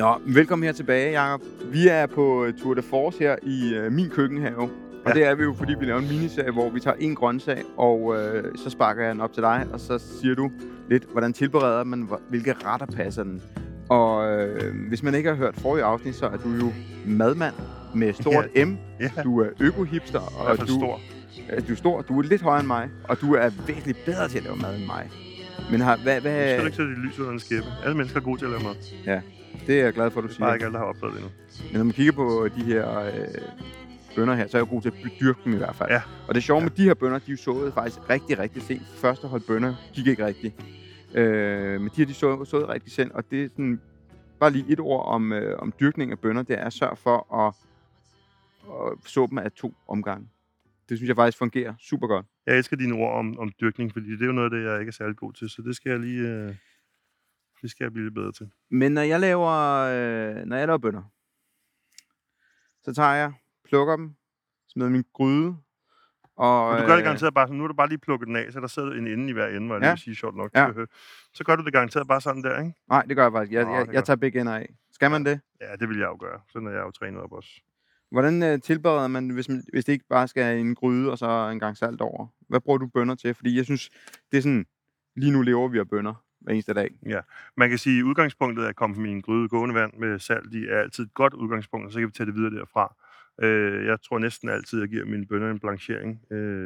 Nå, velkommen her tilbage, Jacob. Vi er på Tour de Force her i min køkkenhave. Og Ja. det er vi jo, fordi vi laver en miniserie, hvor vi tager en grøntsag, og så sparker jeg den op til dig, og så siger du lidt, hvordan tilbereder man, hvilke retter passer den. Og hvis man ikke har hørt forrige afsnit, så er du jo madmand med stort M. Ja. Du er økohipster, og du er stor. Du er lidt højere end mig, og du er væsentligt bedre til at lave mad end mig. Men hvad... Du skal ikke sætte dit lys ud af en skæppe. Alle mennesker er gode til at lave mad. Ja, det er jeg glad for, at du siger. Bare ikke alle, der har opdaget det endnu. Men når man kigger på de her bønner her, så er jeg jo god til at dyrke dem i hvert fald. Ja. Og det sjove med de her bønner, de er jo sået faktisk rigtig, rigtig sent. Første hold bønner gik ikke rigtigt. Men de her, de sået rigtig sent, og det er sådan, bare lige et ord om dyrkning af bønner, det er at sørge for at så dem af 2 omgange. Det synes jeg faktisk fungerer super godt. Jeg elsker dine ord om dyrkning, fordi det er jo noget af det, jeg ikke er særlig god til, så det skal jeg lige... det skal jeg blive lidt bedre til. Men når jeg laver bønner, så tager jeg, plukker dem, smider min gryde. Og, men du gør det garanteret bare sådan, nu er du bare lige plukket den af, så der sidder en ende i hver ende, hvor jeg lige vil sige sjovt nok. Ja. Så gør du det garanteret bare sådan der, ikke? Nej, det gør jeg faktisk. Jeg tager begge ender af. Skal man det? Ja, det vil jeg jo gøre. Sådan er jeg jo trænet op også. Hvordan tilbereder man, hvis det ikke bare skal have en gryde og så en gang salt over? Hvad bruger du bønner til? Fordi jeg synes, det er sådan, lige nu lever vi af bønner hver eneste dag. Ja, man kan sige, at udgangspunktet er at komme fra min gryde gående vand med salt i er altid et godt udgangspunkt, og så kan vi tage det videre derfra. Jeg tror næsten altid, at jeg giver mine bønner en blanchering.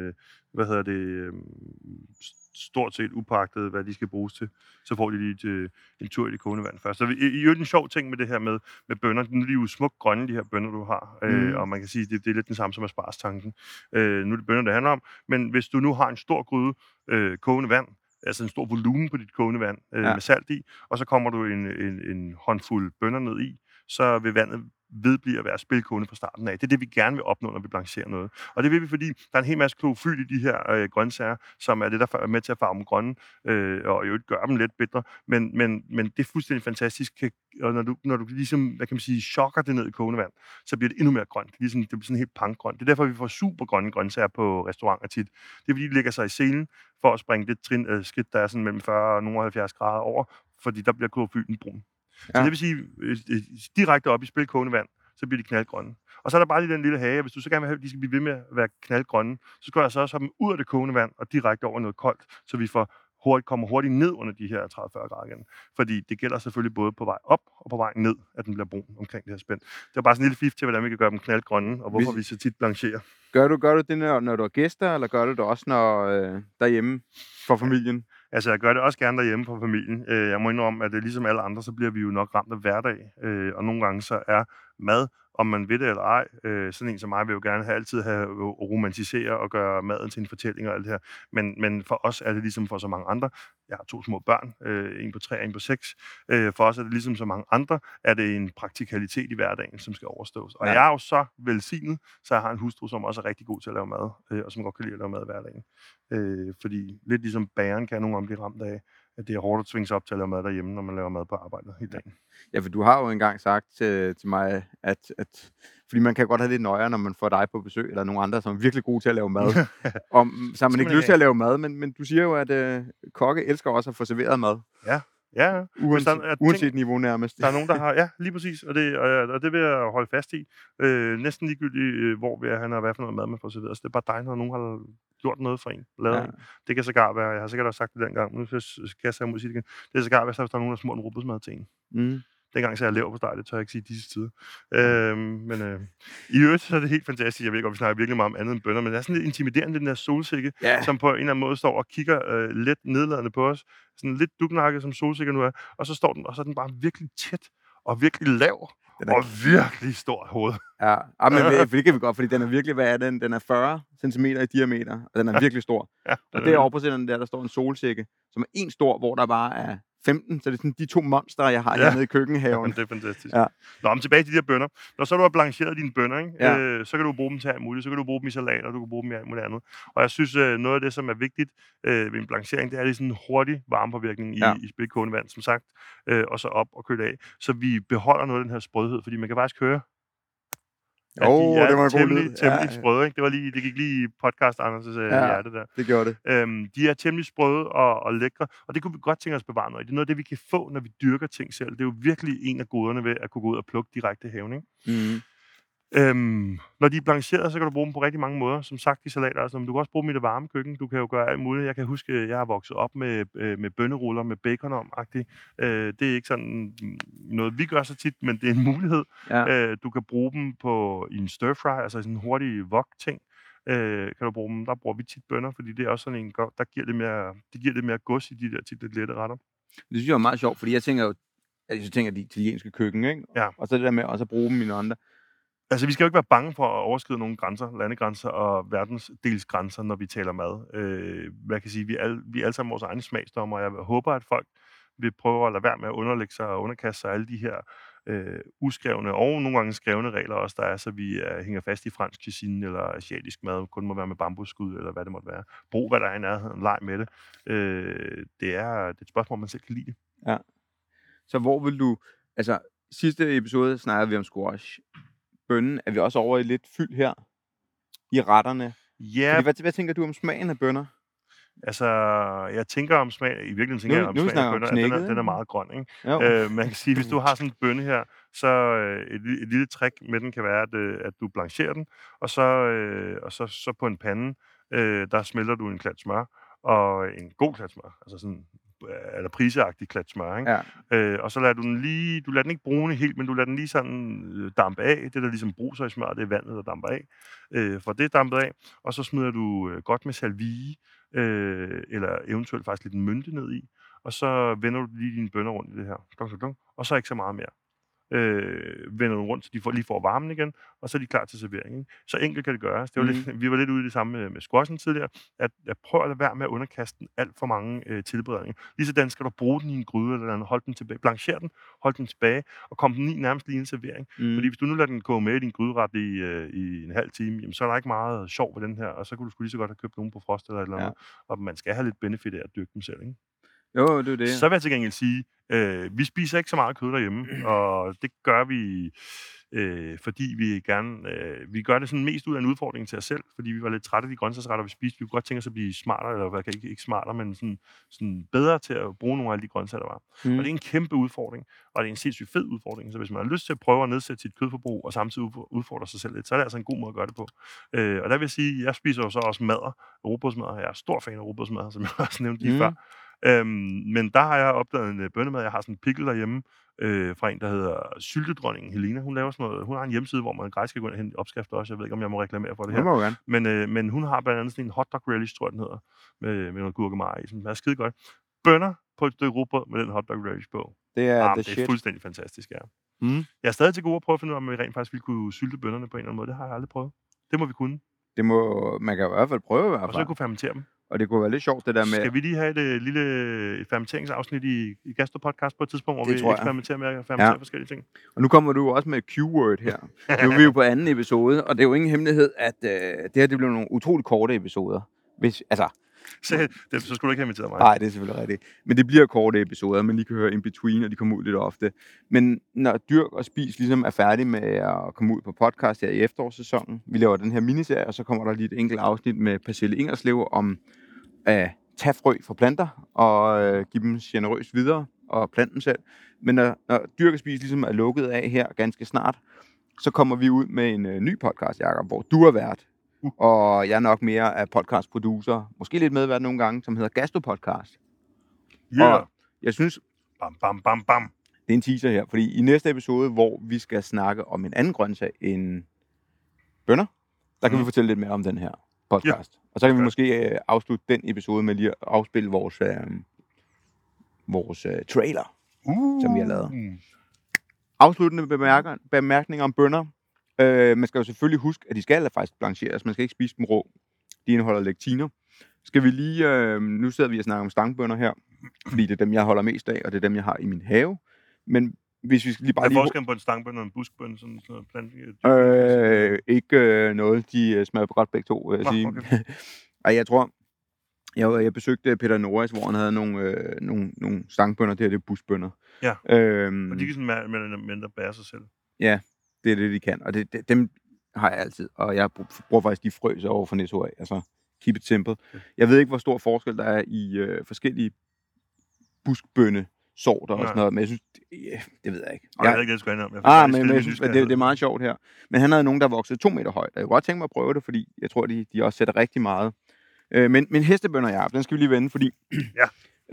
Stort set upagtet, hvad de skal bruges til. Så får de lige en tur i det kogende vand først. Så i øvrigt en sjov ting med det her med bønner. Nu er de jo smukt grønne, de her bønner, du har. Og man kan sige, at det er lidt den samme som aspargestanken. Nu er det bønner, det handler om. Men hvis du nu har en stor gryde kogende vand, altså en stor volumen på dit kogende vand med salt i, og så kommer du en håndfuld bønner ned i, så vil vandet vedblive at være spilkogende fra starten af. Det er det, vi gerne vil opnå, når vi blancherer noget. Og det vil vi, fordi der er en hel masse klorofyl i de her grøntsager, som er det, der er med til at farve dem grønne, og i øvrigt gør dem lidt bedre. Men det er fuldstændig fantastisk, og når du ligesom, hvad kan man sige, chokker det ned i kogende vand, så bliver det endnu mere grønt. Det bliver sådan helt punkgrønt. Det er derfor, vi får super grønne grøntsager på restauranter tit. Det er fordi, de lægger sig i selen for at springe det skridt, der er sådan mellem 40 og nogle 70 grader over, fordi der bliver klorofylen brun. Ja. Så det vil sige, direkte op i spilkogende vand, så bliver de knaldgrønne. Og så er der bare lige den lille hage, hvis du så gerne vil have, at de skal blive ved med at være knaldgrønne, så skal jeg så også have dem ud af det kogende vand og direkte over noget koldt, så vi kommer hurtigt ned under de her 30-40 grader igen. Fordi det gælder selvfølgelig både på vej op og på vej ned, at den bliver brun omkring det her spænd. Det er bare sådan en lille fif til, hvordan vi kan gøre dem knaldgrønne, og hvorfor vi så tit blancherer. Gør du det, når du har gæster, eller gør du det også derhjemme for familien? Altså, jeg gør det også gerne derhjemme for familien. Jeg må indrømme, at ligesom alle andre, så bliver vi jo nok ramt af hverdag. Og nogle gange så er mad, om man ved det eller ej, sådan en som mig vil jo gerne altid have romantisere og gøre maden til en fortælling og alt det her. Men for os er det ligesom for så mange andre. Jeg har 2 små børn, en på 3 og en på 6. For os er det ligesom så mange andre, er det en praktikalitet i hverdagen, som skal overstås. Og jeg er jo så velsignet, så jeg har en hustru, som også er rigtig god til at lave mad, og som godt kan lide at lave mad i hverdagen. Fordi lidt ligesom bageren kan nogle gange blive ramt af, at det er hårdt at tvinge sig op til at lave mad derhjemme, når man laver mad på arbejdet i dagen. Ja, for du har jo engang sagt til mig, at fordi man kan godt have lidt nøje, når man får dig på besøg, eller nogle andre, som er virkelig gode til at lave mad. Så har man ikke lyst til at lave mad, men du siger jo, at kokke elsker også at få serveret mad. Ja. Uanset niveau nærmest. Der er nogen, der har... Ja, lige præcis. Og det vil jeg holde fast i. Næsten ligegyldigt, hvor vi er han og hvad for noget mad, man får serveret. Så det er bare dejligt, når nogen har gjort noget for en. En. Det kan sågar være... Jeg har sikkert også sagt det dengang. Nu skal jeg sige det igen. Det kan sågar være, hvis der er nogen, der smurt en rugbrødsmad til en. Dengang så jeg lever på steg, det tør jeg ikke sige disse tider. I øvrigt så er det helt fantastisk. Jeg ved ikke, om vi snakker virkelig meget om andet end bønner, men det er sådan lidt intimiderende, den der solsikke, som på en eller anden måde står og kigger lidt nedladende på os. Sådan lidt duknakket, som solsikker nu er. Og så står den, og så er den bare virkelig tæt og virkelig lav. Og virkelig stort hoved. Ja, men det kan vi godt, fordi den er virkelig, hvad er den? Den er 40 cm i diameter, og den er virkelig stor. Og derovre på siden der står en solsikke, som er en stor, hvor der bare er 15, så det er sådan de 2 monstre, jeg har hernede i køkkenhaven. Det er fantastisk. Ja. Nå, men tilbage til de her bønner. Når så du har blancheret dine bønner, ikke? Så kan du bruge dem til alt muligt. Så kan du bruge dem i salat, og du kan bruge dem i alt muligt andet. Og jeg synes, noget af det, som er vigtigt ved en blanchering, det er sådan en hurtig varmepåvirkning i spilkogende vand, som sagt, og så op og køle af. Så vi beholder noget af den her sprødhed, fordi man kan faktisk høre, at de det var en er god lyd. temmelig sprøde. Ikke? Det gik lige i podcast Anders' hjerte der. Det gjorde det. De er temmelig sprøde og lækre, og det kunne vi godt tænke os bevare noget. Det er noget af det, vi kan få, når vi dyrker ting selv. Det er jo virkelig en af goderne ved at kunne gå ud og plukke direkte i haven. Ikke? Når de er blancheret, så kan du bruge dem på rigtig mange måder. Som sagt, i salater og sådan, men du kan også bruge dem i det varme køkken. Du kan jo gøre alt muligt. Jeg kan huske, at jeg har vokset op med bønneruller med bacon om-agtigt. Det er ikke sådan noget, vi gør så tit, men det er en mulighed. Ja. Du kan bruge dem i en stir-fry, altså sådan en hurtig wok-ting. Kan du bruge dem. Der bruger vi tit bønner, fordi det er også sådan en, der giver lidt mere gods i de der tit lidt lette retter. Det synes jeg er meget sjovt, fordi jeg tænker jo, det italienske køkken, ikke? Ja. Og så det der med også at bruge dem i nogle andre. Altså, vi skal jo ikke være bange for at overskride nogle grænser, landegrænser og verdensdelsgrænser, når vi taler mad. Hvad kan jeg sige? Vi er alle sammen vores egne smagsdommer, og jeg håber, at folk vil prøve at lade være med at underlægge sig og underkaste sig alle de her uskrevne og nogle gange skrevne regler også, der er, så vi hænger fast i fransk cuisine eller asiatisk mad, kun må være med bambusskud eller hvad det måtte være. Brug hvad der er i nærheden, leg med det. Det er et spørgsmål, man selv kan lide. Ja. Så hvor vil du... Altså, sidste episode snakkede vi om squash. Bønnen, er vi også over i lidt fyld her i retterne? Ja. Fordi, hvad tænker du om smagen af bønner? Altså, jeg tænker om smag, i virkeligheden tænker jeg om smagen af bønner, at den er meget grøn, ikke? Man kan sige, hvis du har sådan en bønne her, så et lille trick med den kan være, at du blancherer den, og så på en pande, der smelter du en klat smør, og en god klat smør, altså sådan eller priseagtig klat smør, ikke? Ja. Og så lader du den lader den ikke brune helt, men du lader den lige sådan dampe af. Det der ligesom bruser i smør, det er vandet, der damper af. For det er dampet af, og så smider du godt med salvie, eller eventuelt faktisk lidt mynte ned i, og så vender du lige dine bønner rundt i det her. Og så ikke så meget mere. Vender du rundt, så de lige får varmen igen, og så er de klar til servering. Ikke? Så enkelt kan det gøres. Det var vi var lidt ude i det samme med squashen tidligere, at jeg prøver at lade være med at underkaste den alt for mange tilberedninger. Ligesådan skal du bruge den i en gryde eller andet, hold den tilbage, blanchere den, hold den tilbage, og kom den i nærmest lige en servering. Fordi hvis du nu lader den gå med i din gryderet i en halv time, jamen, så er der ikke meget sjov ved den her, og så kunne du sgu lige så godt have købt nogen på frost eller et eller andet, og man skal have lidt benefit af at dyrke dem selv, ikke? Jo, det er det. Så vil jeg til gengæld sige, vi spiser ikke så meget kød derhjemme, og det gør vi, fordi vi gør det sådan mest ud af en udfordring til os selv, fordi vi var lidt trætte af de grøntsagsretter, vi spiste. Vi kunne godt tænke os at blive smartere, eller ikke smartere, men sådan bedre til at bruge nogle af de grøntsager, der var. Og det er en kæmpe udfordring, og det er en sindssygt fed udfordring. Så hvis man har lyst til at prøve at nedsætte sit kødforbrug, og samtidig udfordre sig selv lidt, så er det altså en god måde at gøre det på. Og der vil jeg sige, jeg spiser jo så også madder, rugbrødsmadder. Jeg er stor fan af rugbrødsmadder, som jeg også nævnte lige før. Men der har jeg opdaget en bønnemad. Jeg har sådan en pickle derhjemme fra en, der hedder Syltedronningen Helena. Hun laver sådan noget. Hun har en hjemmeside, hvor man gratis kan gå ind og hente opskrifter også. Jeg ved ikke, om jeg må reklamere for det her. Det må jeg gerne. Men hun har blandt andet sådan en hotdog relish, tror jeg, den hedder, med noget gurkemeje i. Det er skide godt. Bønner på et stykke rugbrød med den hotdog relish på. Det er det er fuldstændig fantastisk, ja. Jeg er stadig til gode at prøve at finde ud af, om vi rent faktisk ville kunne sylte bønnerne på en eller anden måde. Det har jeg aldrig prøvet. Det må vi kunne. Man kan i hvert fald prøve i hvert fald. Og så kunne fermentere dem. Og det kunne være lidt sjovt, det der med... Skal vi lige have et lille fermenteringsafsnit i Gastro-podcast på et tidspunkt, hvor vi eksperimenterer med at fermentere forskellige ting? Og nu kommer du også med et Q-word her. Nu er vi jo på anden episode, og det er jo ingen hemmelighed, at det her det bliver nogle utroligt korte episoder. Så skulle du ikke have inviteret mig. Nej, det er selvfølgelig rigtigt. Men det bliver korte episoder, man lige kan høre in between, og de kommer ud lidt ofte. Men når Dyrk og Spis ligesom er færdig med at komme ud på podcast her i efterårssæsonen, vi laver den her miniserie, og så kommer der lige et enkelt afsnit med Persille Ingerslev om at tage frø fra planter og give dem generøst videre og plante dem selv. Men når Dyrk og Spis ligesom er lukket af her ganske snart, så kommer vi ud med en ny podcast, Jacob, hvor du er vært. Og jeg er nok mere af podcastproducer, måske lidt medvært nogle gange, som hedder Gastro-podcast. Og jeg synes, bam. det er en teaser her, fordi i næste episode, hvor vi skal snakke om en anden grøntsag end bønner, der kan vi fortælle lidt mere om den her podcast. Og så kan vi måske afslutte den episode med lige at afspille vores trailer, som vi har lavet. Afsluttende bemærkninger om bønner. Man skal jo selvfølgelig huske, at de skal faktisk blancheres. Man skal ikke spise dem rå. De indeholder lektiner. Skal vi lige... nu sidder vi og snakker om stangbønner her, fordi det er dem, jeg holder mest af, og det er dem, jeg har i min have. Men hvis vi lige bare... Hvad er forskellen på en stangbønne og en buskbønne? Sådan noget plante? Ikke noget. De smager godt begge to, vil jeg sige. Okay. Og jeg tror... Jeg besøgte Peter Norris, hvor han havde nogle stangbønner. Det her det er busbønner. Ja, og de kan sådan mindre bære sig selv. Ja, det er det, de kan. Og dem, har jeg altid. Og jeg bruger faktisk de frø så over for Netto af. Altså, keep it simple. Okay. Jeg ved ikke, hvor stor forskel der er i forskellige buskbønnesorter og sådan noget, men jeg synes, det ved jeg ikke. Jeg ved ikke, det skulle handle om. Men jeg synes, det er meget sjovt her. Men han havde nogen, der voksede 2 meter højt. Jeg kunne godt tænke mig at prøve det, fordi jeg tror, de også sætter rigtig meget. Men hestebønner, ja, den skal vi lige vende, fordi Ja.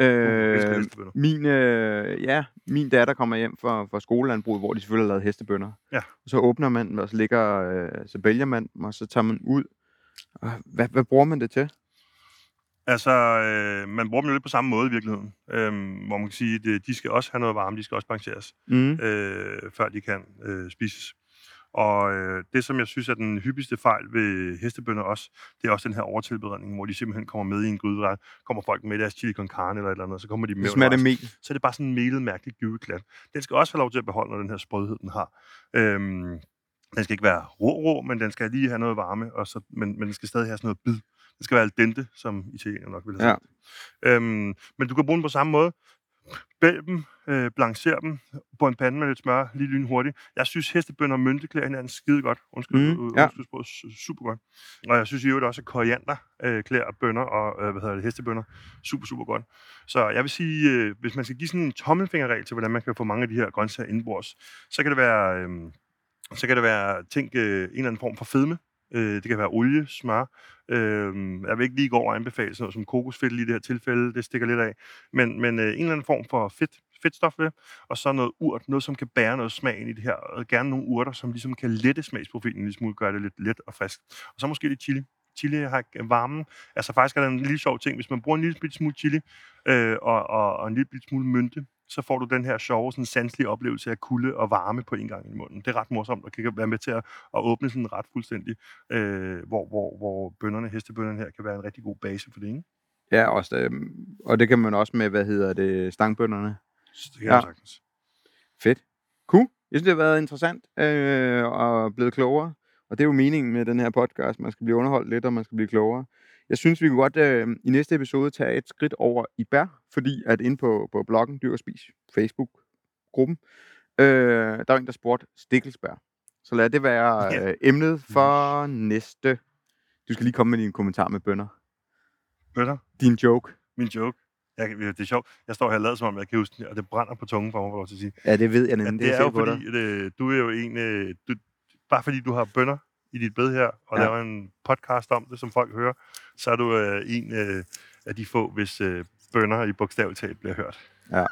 Min datter kommer hjem fra skolelandbruget, hvor de selvfølgelig har lavet hestebønner. Ja. Og så åbner man dem, og så vælger man dem, og så tager man ud. Hvad bruger man det til? Altså, man bruger dem jo lidt på samme måde i virkeligheden. Hvor man kan sige, at de skal også have noget varme, de skal også blancheres, før de kan spises. Og det, som jeg synes er den hyppigste fejl ved hestebønner også, det er også den her overtilberedning, hvor de simpelthen kommer med i en gryde. Der kommer folk med deres chili con carne eller et eller andet, og så kommer de med. Smager det mel? Så er det bare sådan en melet, mærkeligt gyveklat. Den skal også have lov til at beholde, når den her sprødhed, den har. Den skal ikke være rå, men den skal lige have noget varme, og så, men den skal stadig have sådan noget bid. Den skal være al dente, som italienerne nok vil have sagt. Men du kan bruge den på samme måde. Bælg dem, blancher dem på en pande med lidt smør, lige lynhurtigt. Jeg synes, hestebønner og mynteklæder hinanden skide godt. Undskyld, super godt. Og jeg synes i øvrigt også, at koriander klæder bønner og hestebønner super godt. Så jeg vil sige, hvis man skal give sådan en tommelfingerregel til, hvordan man kan få mange af de her grøntsager indenbords, så kan det være tænk en eller anden form for fedme. Det kan være olie, smør. Jeg vil ikke lige gå over og anbefale sådan noget som kokosfedt i det her tilfælde. Det stikker lidt af. Men en eller anden form for fedtstof ved, og så noget urt, noget som kan bære noget smag ind i det her. Og gerne nogle urter, som ligesom kan lette smagsprofilen en lille smule, gøre det lidt let og frisk. Og så måske lidt chili. Chili har varmen. Altså faktisk er der en lille sjov ting. Hvis man bruger en lille smule chili og en lille smule mynte, så får du den her sjove, sådan sanselige oplevelse af kulde og varme på en gang i munden. Det er ret morsomt, og kan være med til at åbne sådan ret fuldstændig, hvor hestebønnerne her kan være en rigtig god base for det, ikke? Ja, også, og det kan man også med, stangbønnerne. Det kan jeg sagtens. Fedt. Cool. Jeg synes, det har været interessant og blevet klogere. Og det er jo meningen med den her podcast. Man skal blive underholdt lidt, og man skal blive klogere. Jeg synes, vi kan godt i næste episode tage et skridt over i bær, fordi at inde på bloggen Dyrk og Spis, Facebook-gruppen, der er en, der spurgte stikkelsbær. Så lad det være emnet for næste. Du skal lige komme med din kommentar med bønner. Bønner? Din joke. Min joke? Det er sjovt. Jeg står her og lader som om, jeg kan huske det, og det brænder på tungen for mig, for at sige. Ja, det ved jeg nemlig. Det er jo fordi, du er jo en... bare fordi du har bønner i dit bed her, og laver en podcast om det, som folk hører, så er du en af de få, hvis bønner i bogstaveligt talt bliver hørt. Ja.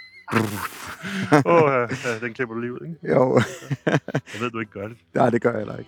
Den klipper du lige ud, ikke? Jo. Jeg ved, du ikke gør det. Nej, det gør jeg heller ikke.